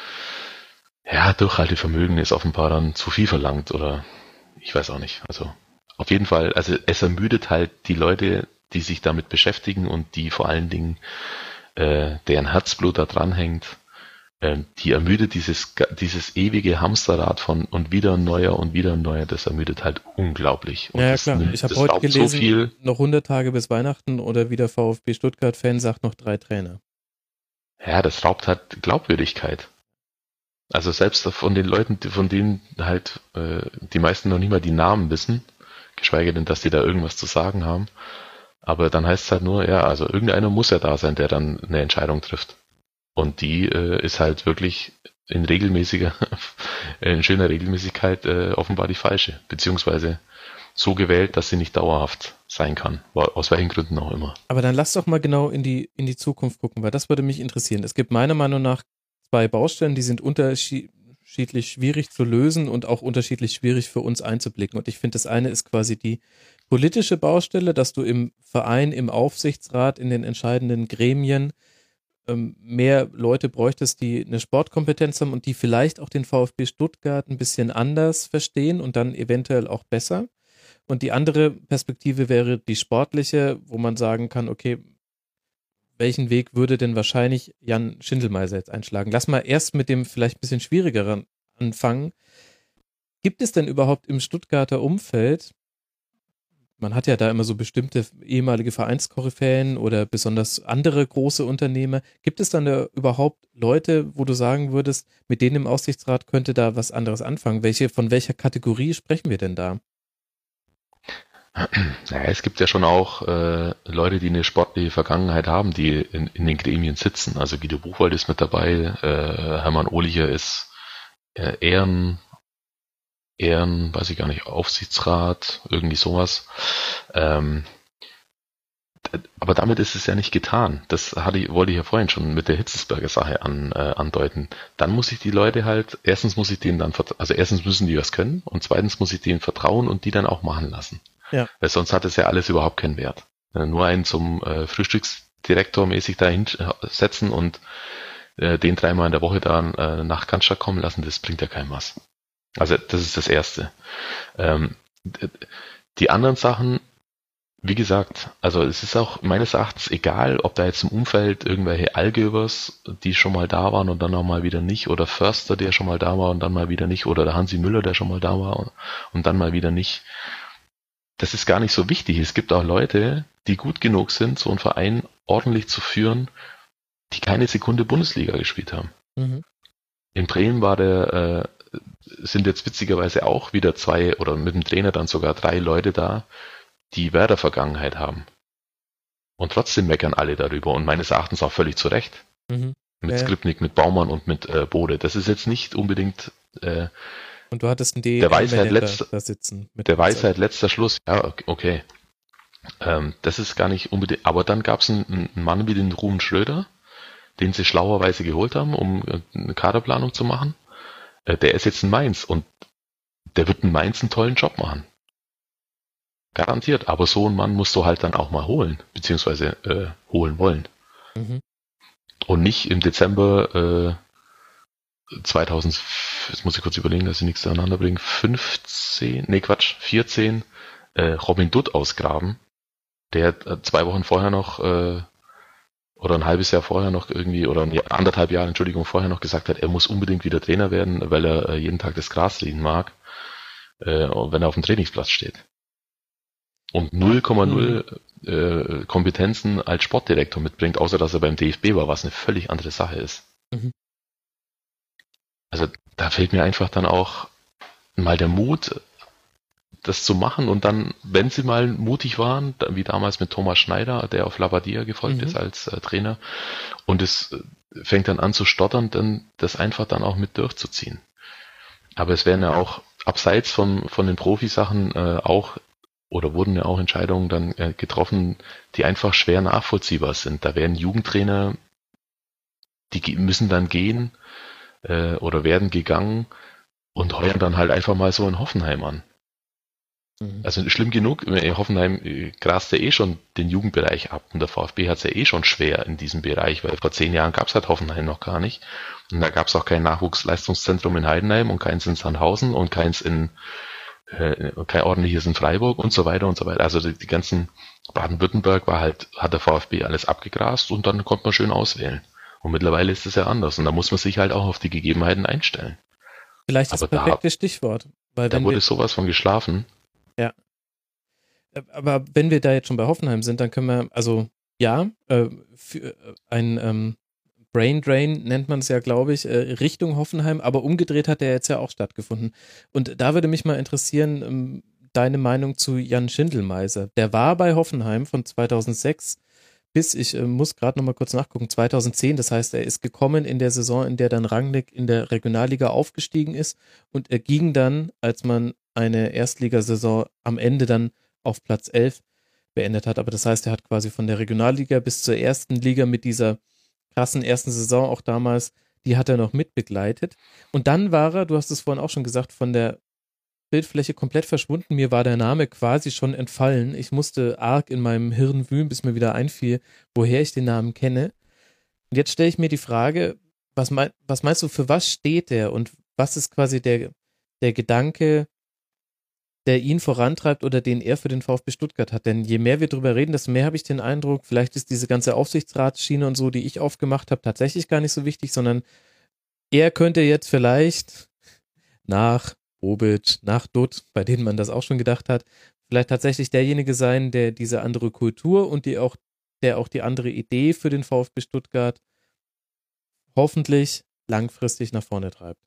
S2: ja, Durchhaltevermögen ist offenbar dann zu viel verlangt oder ich weiß auch nicht. Also auf jeden Fall, also es ermüdet halt die Leute, die sich damit beschäftigen und die vor allen Dingen äh, deren Herzblut da dranhängt, äh, die ermüdet dieses dieses ewige Hamsterrad von und wieder ein neuer und wieder ein neuer, das ermüdet halt unglaublich. Und
S1: ja,
S2: das
S1: klar.
S2: Nimmt,
S1: ich habe heute gelesen,
S2: so viel,
S1: noch hundert Tage bis Weihnachten oder wie der VfB Stuttgart-Fan sagt, noch drei Trainer.
S2: Ja, das raubt halt Glaubwürdigkeit. Also selbst von den Leuten, von denen halt äh, die meisten noch nicht mal die Namen wissen, geschweige denn, dass die da irgendwas zu sagen haben. Aber dann heißt es halt nur, ja, also irgendeiner muss ja da sein, der dann eine Entscheidung trifft. Und die äh, ist halt wirklich in regelmäßiger, in schöner Regelmäßigkeit äh, offenbar die falsche. Beziehungsweise so gewählt, dass sie nicht dauerhaft sein kann. Aus welchen Gründen auch immer.
S1: Aber dann lass doch mal genau in die, in die Zukunft gucken, weil das würde mich interessieren. Es gibt meiner Meinung nach zwei Baustellen, die sind unterschiedlich schwierig zu lösen und auch unterschiedlich schwierig für uns einzublicken. Und ich finde, das eine ist quasi die politische Baustelle, dass du im Verein, im Aufsichtsrat, in den entscheidenden Gremien ähm, mehr Leute bräuchtest, die eine Sportkompetenz haben und die vielleicht auch den VfB Stuttgart ein bisschen anders verstehen und dann eventuell auch besser. Und die andere Perspektive wäre die sportliche, wo man sagen kann, okay, welchen Weg würde denn wahrscheinlich Jan Schindelmeiser jetzt einschlagen? Lass mal erst mit dem vielleicht ein bisschen schwierigeren anfangen. Gibt es denn überhaupt im Stuttgarter Umfeld, man hat ja da immer so bestimmte ehemalige Vereinskoryphäen oder besonders andere große Unternehmer, gibt es dann da überhaupt Leute, wo du sagen würdest, mit denen im Aufsichtsrat könnte da was anderes anfangen? Welche, von welcher Kategorie sprechen wir denn da?
S2: Naja, es gibt ja schon auch äh, Leute, die eine sportliche Vergangenheit haben, die in, in den Gremien sitzen. Also Guido Buchwald ist mit dabei, äh, Hermann Ohlicher ist äh, Ehren, Ehren, weiß ich gar nicht, Aufsichtsrat, irgendwie sowas. Ähm, aber damit ist es ja nicht getan. Das hatte ich, wollte ich ja vorhin schon mit der Hitzelsberger Sache an, äh, andeuten. Dann muss ich die Leute halt, erstens muss ich denen dann, also erstens müssen die was können und zweitens muss ich denen vertrauen und die dann auch machen lassen.
S1: Ja.
S2: Weil sonst hat es ja alles überhaupt keinen Wert. Nur einen zum äh, Frühstücksdirektor mäßig da hinsetzen und äh, den dreimal in der Woche da äh, nach Cannstatt kommen lassen, das bringt ja keinem was. Also das ist das Erste. Ähm, die anderen Sachen, wie gesagt, also es ist auch meines Erachtens egal, ob da jetzt im Umfeld irgendwelche Allgebers, die schon mal da waren und dann auch mal wieder nicht, oder Förster, der schon mal da war und dann mal wieder nicht, oder der Hansi Müller, der schon mal da war und, und dann mal wieder nicht. Das ist gar nicht so wichtig. Es gibt auch Leute, die gut genug sind, so einen Verein ordentlich zu führen, die keine Sekunde Bundesliga gespielt haben. Mhm. In Bremen war der, äh, sind jetzt witzigerweise auch wieder zwei oder mit dem Trainer dann sogar drei Leute da, die Werder-Vergangenheit haben. Und trotzdem meckern alle darüber und meines Erachtens auch völlig zu Recht. Mhm. Mit ja, Skripnik, mit Baumann und mit äh, Bode. Das ist jetzt nicht unbedingt äh,
S1: und du hattest einen
S2: der Weisheit letzter,
S1: da sitzen. Mit
S2: der Weisheit letzter Schluss. Ja, okay. Ähm, das ist gar nicht unbedingt. Aber dann gab es einen, einen Mann wie den Ruben Schröder, den sie schlauerweise geholt haben, um äh, eine Kaderplanung zu machen. Äh, der ist jetzt in Mainz und der wird in Mainz einen tollen Job machen. Garantiert. Aber so einen Mann musst du halt dann auch mal holen, beziehungsweise äh, holen wollen. Mhm. Und nicht im Dezember äh, zweitausend, jetzt muss ich kurz überlegen, dass ich nichts durcheinander bringe, fünfzehn, nee Quatsch, vierzehn, äh, Robin Dutt ausgraben, der äh, zwei Wochen vorher noch äh, oder ein halbes Jahr vorher noch irgendwie, oder ein Jahr, anderthalb Jahre, Entschuldigung, vorher noch gesagt hat, er muss unbedingt wieder Trainer werden, weil er äh, jeden Tag das Gras sehen mag, äh, wenn er auf dem Trainingsplatz steht. Und null Komma null mhm. äh, Kompetenzen als Sportdirektor mitbringt, außer dass er beim D F B war, was eine völlig andere Sache ist. Mhm. Also da fehlt mir einfach dann auch mal der Mut, das zu machen, und dann, wenn sie mal mutig waren, wie damals mit Thomas Schneider, der auf Labadia gefolgt mhm. ist als äh, Trainer, und es äh, fängt dann an zu stottern, dann das einfach dann auch mit durchzuziehen. Aber es werden ja auch abseits von, von den Profisachen äh, auch oder wurden ja auch Entscheidungen dann äh, getroffen, die einfach schwer nachvollziehbar sind. Da werden Jugendtrainer, die müssen dann gehen äh, oder werden gegangen und heuern dann halt einfach mal so in Hoffenheim an. Mhm. Also schlimm genug, Hoffenheim äh, grast ja eh schon den Jugendbereich ab, und der VfB hat es ja eh schon schwer in diesem Bereich, weil vor zehn Jahren gab es halt Hoffenheim noch gar nicht. Und da gab es auch kein Nachwuchsleistungszentrum in Heidenheim und keins in Sandhausen und keins in Äh, kein ordentliches in Freiburg und so weiter und so weiter. Also die, die ganzen Baden-Württemberg war halt, hat der VfB alles abgegrast, und dann konnte man schön auswählen. Und mittlerweile ist es ja anders, und da muss man sich halt auch auf die Gegebenheiten einstellen.
S1: Vielleicht das aber perfekte
S2: da,
S1: Stichwort. Weil
S2: da
S1: wenn
S2: wurde
S1: wir,
S2: sowas von geschlafen.
S1: Ja. Aber wenn wir da jetzt schon bei Hoffenheim sind, dann können wir, also ja, äh, für ein ähm, Brain Drain nennt man es ja, glaube ich, äh, Richtung Hoffenheim, aber umgedreht hat der jetzt ja auch stattgefunden. Und da würde mich mal interessieren, ähm, deine Meinung zu Jan Schindelmeiser. Der war bei Hoffenheim von zweitausendsechs bis, ich äh, muss gerade nochmal kurz nachgucken, zweitausendzehn. Das heißt, er ist gekommen in der Saison, in der dann Rangnick in der Regionalliga aufgestiegen ist, und er ging dann, als man eine Erstligasaison am Ende dann auf Platz elf beendet hat. Aber das heißt, er hat quasi von der Regionalliga bis zur ersten Liga mit dieser krassen ersten Saison auch damals, die hat er noch mitbegleitet. Und dann war er, du hast es vorhin auch schon gesagt, von der Bildfläche komplett verschwunden. Mir war der Name quasi schon entfallen. Ich musste arg in meinem Hirn wühlen, bis mir wieder einfiel, woher ich den Namen kenne. Und jetzt stelle ich mir die Frage, was, mein, was meinst du, für was steht der, und was ist quasi der, der Gedanke, der ihn vorantreibt oder den er für den VfB Stuttgart hat? Denn je mehr wir drüber reden, desto mehr habe ich den Eindruck, vielleicht ist diese ganze Aufsichtsratsschiene und so, die ich aufgemacht habe, tatsächlich gar nicht so wichtig, sondern er könnte jetzt vielleicht nach Bobic, nach Dutt, bei denen man das auch schon gedacht hat, vielleicht tatsächlich derjenige sein, der diese andere Kultur und die auch, der auch die andere Idee für den VfB Stuttgart hoffentlich langfristig nach vorne treibt.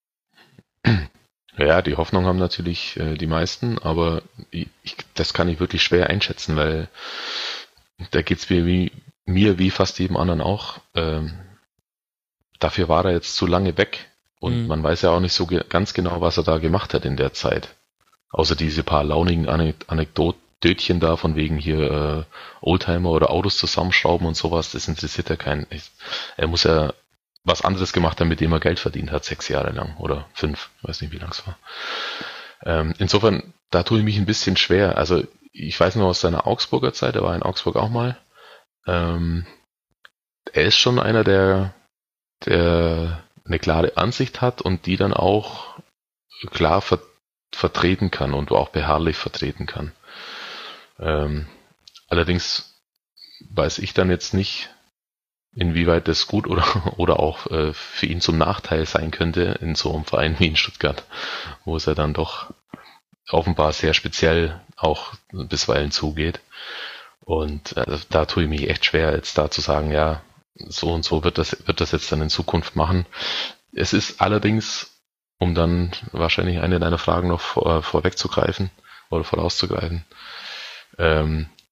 S2: Ja, die Hoffnung haben natürlich äh, die meisten, aber ich, das kann ich wirklich schwer einschätzen, weil da geht's mir wie mir wie fast jedem anderen auch. Ähm, dafür war er jetzt zu lange weg, und mhm. man weiß ja auch nicht so ge- ganz genau, was er da gemacht hat in der Zeit. Außer diese paar launigen Anek- Anekdotchen da von wegen hier äh, Oldtimer oder Autos zusammenschrauben und sowas, das interessiert ja keinen. Ich, er muss ja was anderes gemacht haben, mit dem er Geld verdient hat, sechs Jahre lang oder fünf, weiß nicht, wie lang es war. Ähm, insofern, da tue ich mich ein bisschen schwer. Also ich weiß noch aus seiner Augsburger Zeit, er war in Augsburg auch mal. Ähm, er ist schon einer, der, der eine klare Ansicht hat und die dann auch klar ver- vertreten kann und auch beharrlich vertreten kann. Ähm, allerdings weiß ich dann jetzt nicht, inwieweit das gut oder, oder auch äh, für ihn zum Nachteil sein könnte in so einem Verein wie in Stuttgart, wo es ja dann doch offenbar sehr speziell auch bisweilen zugeht. Und äh, da tue ich mich echt schwer, jetzt da zu sagen, ja, so und so wird das, wird das jetzt dann in Zukunft machen. Es ist allerdings, um dann wahrscheinlich eine deiner Fragen noch vor, vorwegzugreifen oder vorauszugreifen, ähm,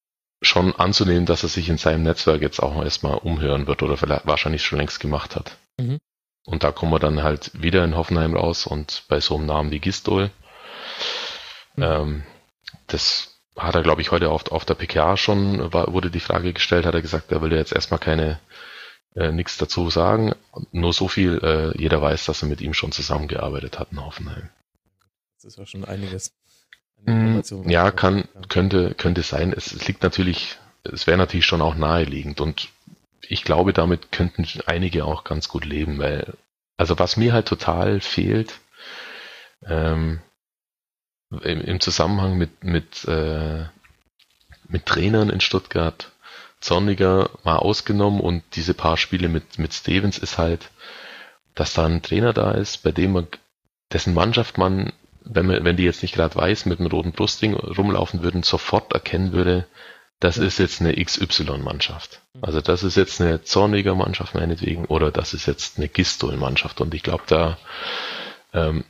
S2: schon anzunehmen, dass er sich in seinem Netzwerk jetzt auch erstmal umhören wird oder vielleicht wahrscheinlich schon längst gemacht hat. Mhm. Und da kommen wir dann halt wieder in Hoffenheim raus und bei so einem Namen wie Gistol. Mhm. Ähm, das hat er, glaube ich, heute auf, auf der P K A schon, war, wurde die Frage gestellt, hat er gesagt, er will jetzt erstmal keine äh, nichts dazu sagen. Nur so viel, äh, jeder weiß, dass er mit ihm schon zusammengearbeitet hat in Hoffenheim.
S1: Das ist ja schon einiges.
S2: Mm, ja, kann, könnte, könnte sein. Es, es liegt natürlich, es wäre natürlich schon auch naheliegend und ich glaube, damit könnten einige auch ganz gut leben, weil, also was mir halt total fehlt, ähm, im, im Zusammenhang mit, mit, äh, mit Trainern in Stuttgart, Zorniger mal ausgenommen und diese paar Spiele mit, mit Stevens ist halt, dass da ein Trainer da ist, bei dem man, dessen Mannschaft man, wenn man, wenn die jetzt nicht gerade weiß, mit einem roten Brustring rumlaufen würden, sofort erkennen würde, das ist jetzt eine X Y-Mannschaft. Also das ist jetzt eine Zorniger Mannschaft meinetwegen oder das ist jetzt eine Gistol-Mannschaft. Und ich glaube, da ähm,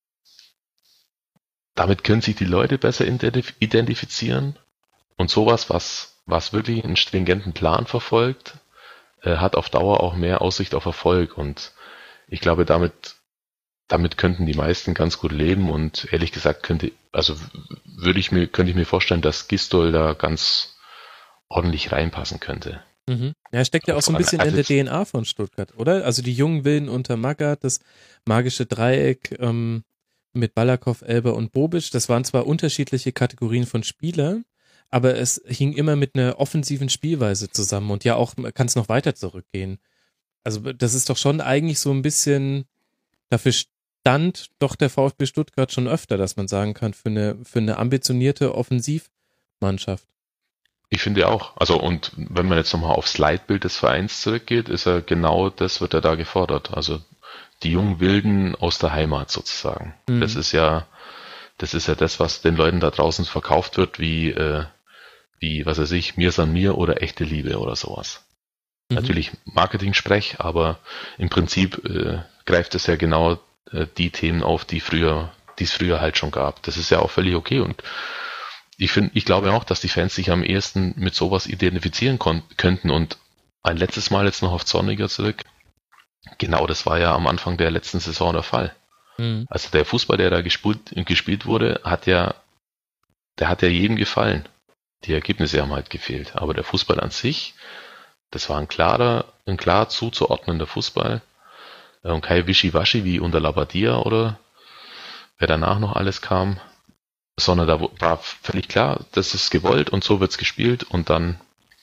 S2: damit können sich die Leute besser identif- identifizieren und sowas, was, was wirklich einen stringenten Plan verfolgt, äh, hat auf Dauer auch mehr Aussicht auf Erfolg. Und ich glaube, damit damit könnten die meisten ganz gut leben und ehrlich gesagt könnte, also würde ich mir, könnte ich mir vorstellen, dass Gistol da ganz ordentlich reinpassen könnte.
S1: Mhm. Ja, steckt ja auch so ein bisschen in der D N A von Stuttgart, oder? Also die jungen Wilden unter Magath, das magische Dreieck ähm, mit Balakow, Elber und Bobic, das waren zwar unterschiedliche Kategorien von Spielern, aber es hing immer mit einer offensiven Spielweise zusammen und ja auch, kann es noch weiter zurückgehen. Also das ist doch schon eigentlich so ein bisschen, dafür stand doch der VfB Stuttgart schon öfter, dass man sagen kann, für eine, für eine ambitionierte Offensivmannschaft.
S2: Ich finde auch. Also und wenn man jetzt nochmal aufs Leitbild des Vereins zurückgeht, ist er genau das, wird er da gefordert. Also die jungen Wilden aus der Heimat sozusagen. Mhm. Das ist ja, das ist ja das, was den Leuten da draußen verkauft wird, wie, äh, wie, was weiß ich, mir san mir oder echte Liebe oder sowas. Mhm. Natürlich Marketing-Sprech, aber im Prinzip äh, greift es ja genau die Themen auf, die früher, die es früher halt schon gab. Das ist ja auch völlig okay und ich finde, ich glaube auch, dass die Fans sich am ehesten mit sowas identifizieren kon- könnten und ein letztes Mal jetzt noch auf Zorniger zurück. Genau, das war ja am Anfang der letzten Saison der Fall. Mhm. Also der Fußball, der da gespielt, gespielt wurde, hat ja, der hat ja jedem gefallen. Die Ergebnisse haben halt gefehlt. Aber der Fußball an sich, das war ein klarer, ein klar zuzuordnender Fußball. Und kein Wischiwaschi wie unter Labadia oder wer danach noch alles kam, sondern da war völlig klar, das ist gewollt und so wird's gespielt und dann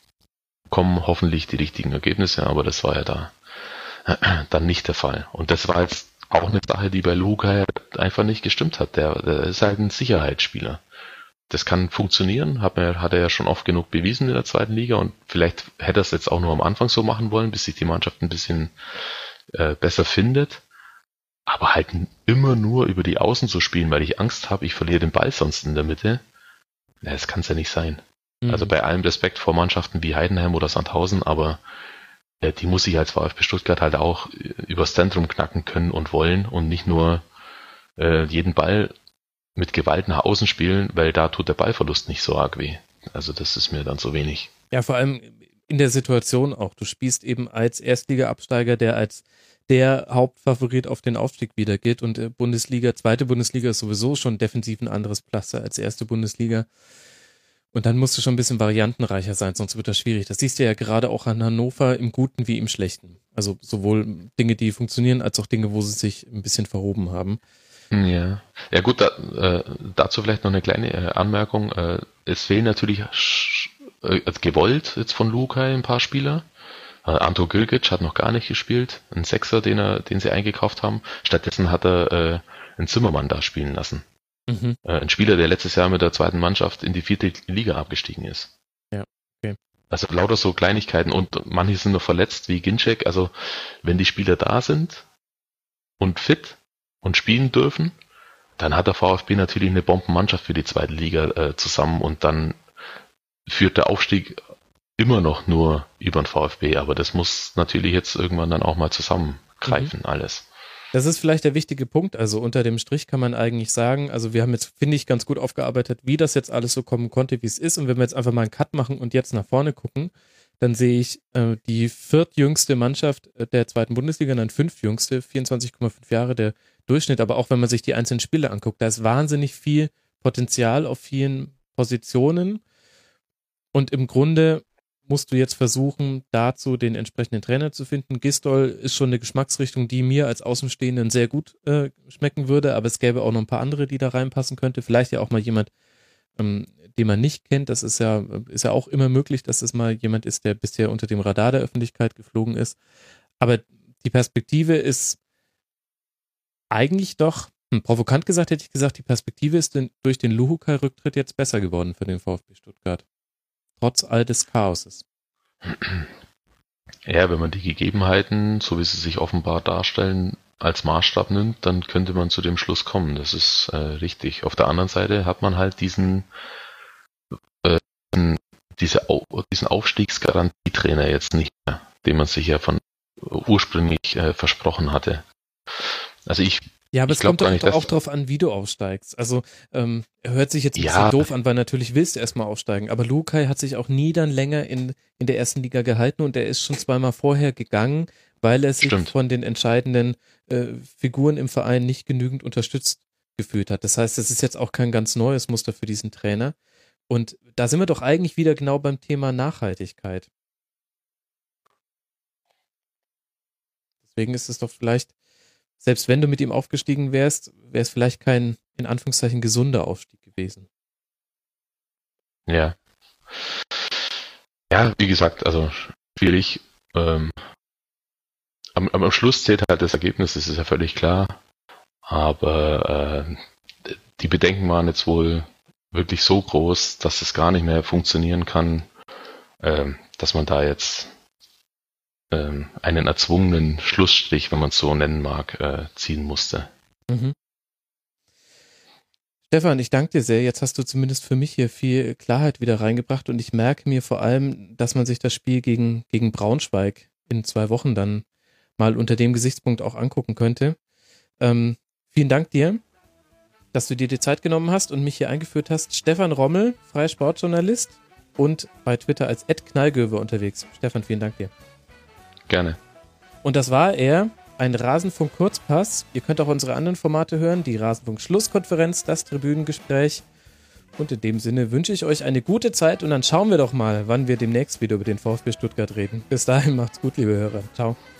S2: kommen hoffentlich die richtigen Ergebnisse, aber das war ja da dann nicht der Fall. Und das war jetzt auch eine Sache, die bei Luca einfach nicht gestimmt hat. Der, der ist halt ein Sicherheitsspieler. Das kann funktionieren, hat, er, hat er ja schon oft genug bewiesen in der zweiten Liga und vielleicht hätte er es jetzt auch nur am Anfang so machen wollen, bis sich die Mannschaft ein bisschen äh, besser findet. Aber halt immer nur über die Außen zu spielen, weil ich Angst habe, ich verliere den Ball sonst in der Mitte. Na, das kann es ja nicht sein. Mhm. Also bei allem Respekt vor Mannschaften wie Heidenheim oder Sandhausen, aber äh, die muss ich als VfB Stuttgart halt auch übers Zentrum knacken können und wollen und nicht nur äh, jeden Ball mit Gewalt nach außen spielen, weil da tut der Ballverlust nicht so arg weh. Also das ist mir dann so wenig.
S1: Ja, vor allem in der Situation auch. Du spielst eben als Erstliga-Absteiger, der als der Hauptfavorit auf den Aufstieg wieder geht und äh, Bundesliga, zweite Bundesliga ist sowieso schon defensiv ein anderes Pflaster als erste Bundesliga. Und dann musst du schon ein bisschen variantenreicher sein, sonst wird das schwierig. Das siehst du ja gerade auch an Hannover im Guten wie im Schlechten. Also sowohl Dinge, die funktionieren, als auch Dinge, wo sie sich ein bisschen verhoben haben.
S2: Ja, ja gut, da, äh, dazu vielleicht noch eine kleine äh, Anmerkung. Äh, es fehlen natürlich sch- äh, gewollt jetzt von Lukai ein paar Spieler. Äh, Anto Gilgic hat noch gar nicht gespielt, ein Sechser, den er, den sie eingekauft haben. Stattdessen hat er äh, einen Zimmermann da spielen lassen. Mhm. Äh, ein Spieler, der letztes Jahr mit der zweiten Mannschaft in die vierte Liga abgestiegen ist.
S1: Ja, okay.
S2: Also lauter so Kleinigkeiten und manche sind noch verletzt wie Ginczek. Also wenn die Spieler da sind und fit und spielen dürfen, dann hat der VfB natürlich eine Bombenmannschaft für die zweite Liga äh, zusammen und dann führt der Aufstieg immer noch nur über den VfB, aber das muss natürlich jetzt irgendwann dann auch mal zusammengreifen, mhm. alles.
S1: Das ist vielleicht der wichtige Punkt. Also unter dem Strich kann man eigentlich sagen, also wir haben jetzt, finde ich, ganz gut aufgearbeitet, wie das jetzt alles so kommen konnte, wie es ist. Und wenn wir jetzt einfach mal einen Cut machen und jetzt nach vorne gucken, dann sehe ich äh, die viertjüngste Mannschaft der zweiten Bundesliga, dann fünftjüngste, vierundzwanzig Komma fünf Jahre der Durchschnitt. Aber auch wenn man sich die einzelnen Spiele anguckt, da ist wahnsinnig viel Potenzial auf vielen Positionen. Und im Grunde musst du jetzt versuchen, dazu den entsprechenden Trainer zu finden. Gisdol ist schon eine Geschmacksrichtung, die mir als Außenstehenden sehr gut äh, schmecken würde, aber es gäbe auch noch ein paar andere, die da reinpassen könnte. Vielleicht ja auch mal jemand, ähm, den man nicht kennt. Das ist ja, ist ja auch immer möglich, dass es mal jemand ist, der bisher unter dem Radar der Öffentlichkeit geflogen ist. Aber die Perspektive ist eigentlich doch, hm, provokant gesagt hätte ich gesagt, die Perspektive ist den, durch den Luhukai-Rücktritt jetzt besser geworden für den VfB Stuttgart. Trotz all des Chaoses.
S2: Ja, wenn man die Gegebenheiten, so wie sie sich offenbar darstellen, als Maßstab nimmt, dann könnte man zu dem Schluss kommen. Das ist äh, richtig. Auf der anderen Seite hat man halt diesen, äh, diese Au- diesen Aufstiegsgarantietrainer jetzt nicht mehr, den man sich ja von ursprünglich äh, versprochen hatte. Also ich
S1: Ja, aber
S2: ich
S1: es kommt doch,
S2: nicht,
S1: doch auch drauf an, wie du aufsteigst. Also ähm, hört sich jetzt ein
S2: ja,
S1: bisschen doof an, weil natürlich willst du erstmal aufsteigen. Aber Luhukai hat sich auch nie dann länger in, in der ersten Liga gehalten und er ist schon zweimal vorher gegangen, weil er sich
S2: Stimmt.
S1: von den entscheidenden äh, Figuren im Verein nicht genügend unterstützt gefühlt hat. Das heißt, das ist jetzt auch kein ganz neues Muster für diesen Trainer. Und da sind wir doch eigentlich wieder genau beim Thema Nachhaltigkeit. Deswegen ist es doch vielleicht, selbst wenn du mit ihm aufgestiegen wärst, wäre es vielleicht kein, in Anführungszeichen, gesunder Aufstieg gewesen.
S2: Ja. Ja, wie gesagt, also schwierig. Ähm, am, am Schluss zählt halt das Ergebnis, das ist ja völlig klar. Aber äh, die Bedenken waren jetzt wohl wirklich so groß, dass es gar nicht mehr funktionieren kann, äh, dass man da jetzt äh, einen erzwungenen Schlussstrich, wenn man es so nennen mag, äh, ziehen musste.
S1: Mhm. Stefan, ich danke dir sehr. Jetzt hast du zumindest für mich hier viel Klarheit wieder reingebracht und ich merke mir vor allem, dass man sich das Spiel gegen, gegen Braunschweig in zwei Wochen dann mal unter dem Gesichtspunkt auch angucken könnte. Ähm, vielen Dank dir, dass du dir die Zeit genommen hast und mich hier eingeführt hast. Stefan Rommel, freier Sportjournalist und bei Twitter als at knallgöwe unterwegs. Stefan, vielen Dank dir.
S2: Gerne.
S1: Und das war er, ein Rasenfunk-Kurzpass. Ihr könnt auch unsere anderen Formate hören, die Rasenfunk-Schlusskonferenz, das Tribünengespräch. Und in dem Sinne wünsche ich euch eine gute Zeit und dann schauen wir doch mal, wann wir demnächst wieder über den VfB Stuttgart reden. Bis dahin macht's gut, liebe Hörer. Ciao.